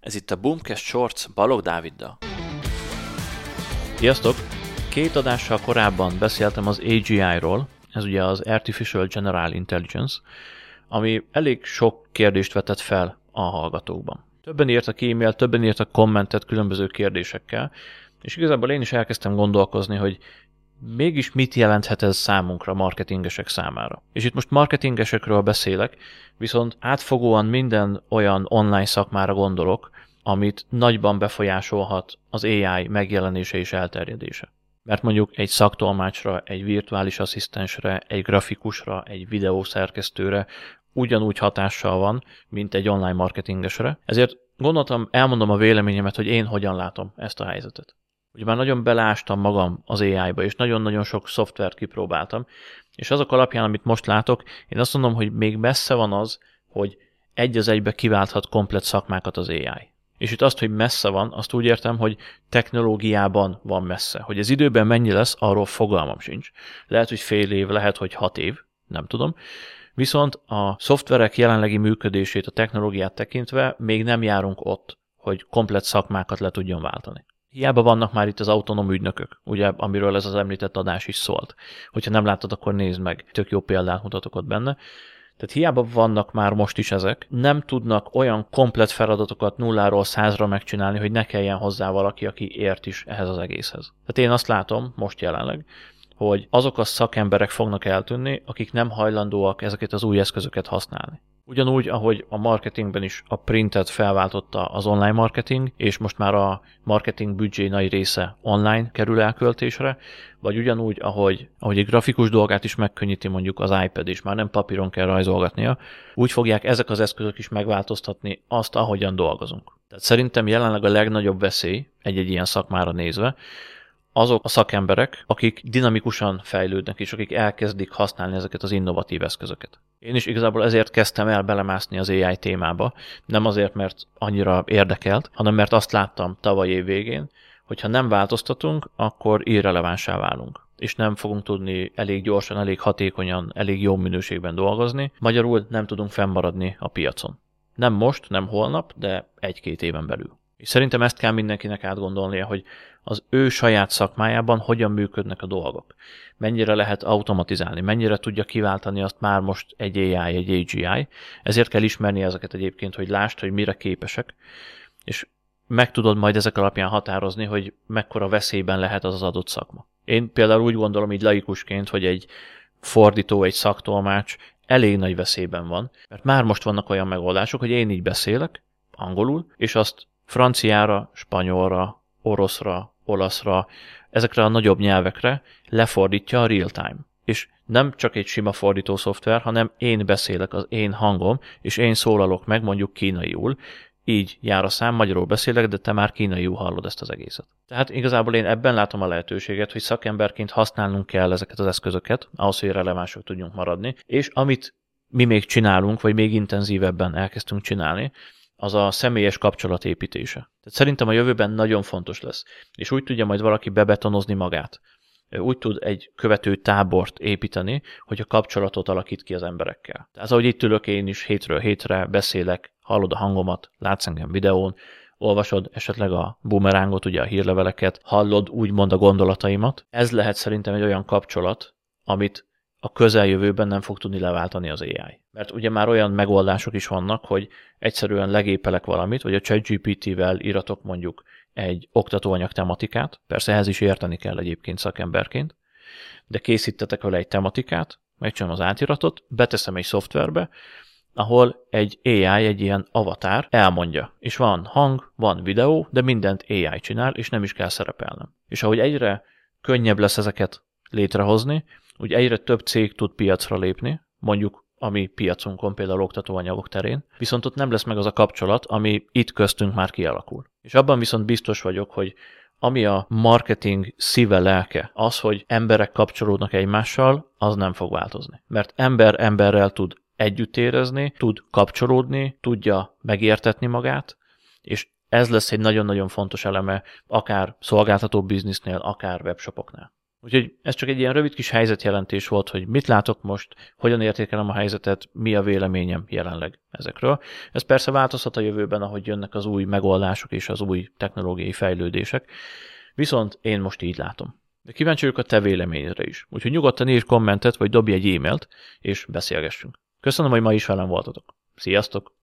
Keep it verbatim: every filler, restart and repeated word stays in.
Ez itt a Boomcast Shorts Balogh Dáviddal. Sziasztok! Két adással korábban beszéltem az á gé í-ról, ez ugye az Artificial General Intelligence, ami elég sok kérdést vetett fel a hallgatókban. Többen írtak e-mail, többen írtak kommentet különböző kérdésekkel, és igazából én is elkezdtem gondolkozni, hogy mégis mit jelenthet ez számunkra, marketingesek számára. És itt most marketingesekről beszélek, viszont átfogóan minden olyan online szakmára gondolok, amit nagyban befolyásolhat az á i megjelenése és elterjedése. Mert mondjuk egy szaktolmácsra, egy virtuális asszisztensre, egy grafikusra, egy videószerkesztőre ugyanúgy hatással van, mint egy online marketingesre. Ezért gondoltam, elmondom a véleményemet, hogy én hogyan látom ezt a helyzetet. Ugye már nagyon beleástam magam az á i-ba, és nagyon-nagyon sok szoftvert kipróbáltam, és azok alapján, amit most látok, én azt mondom, hogy még messze van az, hogy egy az egybe kiválthat komplett szakmákat az á i. És itt azt, hogy messze van, azt úgy értem, hogy technológiában van messze. Hogy ez időben mennyi lesz, arról fogalmam sincs. Lehet, hogy fél év, lehet, hogy hat év, nem tudom. Viszont a szoftverek jelenlegi működését, a technológiát tekintve még nem járunk ott, hogy komplett szakmákat le tudjon váltani. Hiába vannak már itt az autonóm ügynökök, ugye, amiről ez az említett adás is szólt. Hogyha nem láttad, akkor nézd meg, tök jó példát mutatok ott benne. Tehát hiába vannak már most is ezek, nem tudnak olyan komplett feladatokat nulláról százra megcsinálni, hogy ne kelljen hozzá valaki, aki ért is ehhez az egészhez. Tehát én azt látom, most jelenleg, hogy azok a szakemberek fognak eltűnni, akik nem hajlandóak ezeket az új eszközöket használni. Ugyanúgy, ahogy a marketingben is a printet felváltotta az online marketing, és most már a marketing büdzsé nagy része online kerül elköltésre, vagy ugyanúgy, ahogy, ahogy egy grafikus dolgát is megkönnyíti mondjuk az iPad is, már nem papíron kell rajzolgatnia, úgy fogják ezek az eszközök is megváltoztatni azt, ahogyan dolgozunk. Tehát szerintem jelenleg a legnagyobb veszély egy-egy ilyen szakmára nézve, azok a szakemberek, akik dinamikusan fejlődnek, és akik elkezdik használni ezeket az innovatív eszközöket. Én is igazából ezért kezdtem el belemászni az á i témába, nem azért, mert annyira érdekelt, hanem mert azt láttam tavaly év végén, hogy ha nem változtatunk, akkor irrelevánsá válunk, és nem fogunk tudni elég gyorsan, elég hatékonyan, elég jó minőségben dolgozni, magyarul nem tudunk fennmaradni a piacon. Nem most, nem holnap, de egy-két éven belül. És szerintem ezt kell mindenkinek átgondolnia, hogy az ő saját szakmájában hogyan működnek a dolgok. Mennyire lehet automatizálni, mennyire tudja kiváltani azt már most egy á i, egy á gé í. Ezért kell ismerni ezeket egyébként, hogy lásd, hogy mire képesek, és meg tudod majd ezek alapján határozni, hogy mekkora veszélyben lehet az az adott szakma. Én például úgy gondolom így laikusként, hogy egy fordító, egy szaktolmács elég nagy veszélyben van, mert már most vannak olyan megoldások, hogy én így beszélek angolul, és azt franciára, spanyolra, oroszra, olaszra, ezekre a nagyobb nyelvekre lefordítja a real-time. És nem csak egy sima fordító szoftver, hanem én beszélek, az én hangom, és én szólalok meg mondjuk kínaiul, így jár a szám, magyarul beszélek, de te már kínaiul hallod ezt az egészet. Tehát igazából én ebben látom a lehetőséget, hogy szakemberként használnunk kell ezeket az eszközöket, ahhoz, hogy relevánsak tudjunk maradni, és amit mi még csinálunk, vagy még intenzívebben elkezdtünk csinálni, az a személyes kapcsolatépítése. Tehát szerintem a jövőben nagyon fontos lesz, és úgy tudja majd valaki bebetonozni magát. Úgy tud egy követő tábort építeni, hogy a kapcsolatot alakít ki az emberekkel. Tehát ahogy itt ülök én is hétről hétre, beszélek, hallod a hangomat, látsz engem videón, olvasod esetleg a boomerángot, ugye a hírleveleket, hallod úgymond a gondolataimat. Ez lehet szerintem egy olyan kapcsolat, amit a közeljövőben nem fog tudni leváltani az á i. Mert ugye már olyan megoldások is vannak, hogy egyszerűen legépelek valamit, vagy a ChatGPT-vel íratok mondjuk egy oktatóanyag tematikát, persze ehhez is érteni kell egyébként szakemberként, de készítetek vele egy tematikát, megcsinálom az átiratot, beteszem egy szoftverbe, ahol egy á i, egy ilyen avatár elmondja. És van hang, van videó, de mindent á i csinál, és nem is kell szerepelnem. És ahogy egyre könnyebb lesz ezeket létrehozni, úgy egyre több cég tud piacra lépni, mondjuk a mi piacunkon, például oktatóanyagok terén, viszont ott nem lesz meg az a kapcsolat, ami itt köztünk már kialakul. És abban viszont biztos vagyok, hogy ami a marketing szíve, lelke, az, hogy emberek kapcsolódnak egymással, az nem fog változni. Mert ember emberrel tud együtt érezni, tud kapcsolódni, tudja megértetni magát, és ez lesz egy nagyon-nagyon fontos eleme akár szolgáltató biznisznél, akár webshopoknál. Úgyhogy ez csak egy ilyen rövid kis helyzetjelentés volt, hogy mit látok most, hogyan értékelem a helyzetet, mi a véleményem jelenleg ezekről. Ez persze változhat a jövőben, ahogy jönnek az új megoldások és az új technológiai fejlődések, viszont én most így látom. De kíváncsi vagyok a te véleményedre is, úgyhogy nyugodtan írj kommentet, vagy dobj egy e-mailt, és beszélgessünk. Köszönöm, hogy ma is velem voltatok. Sziasztok!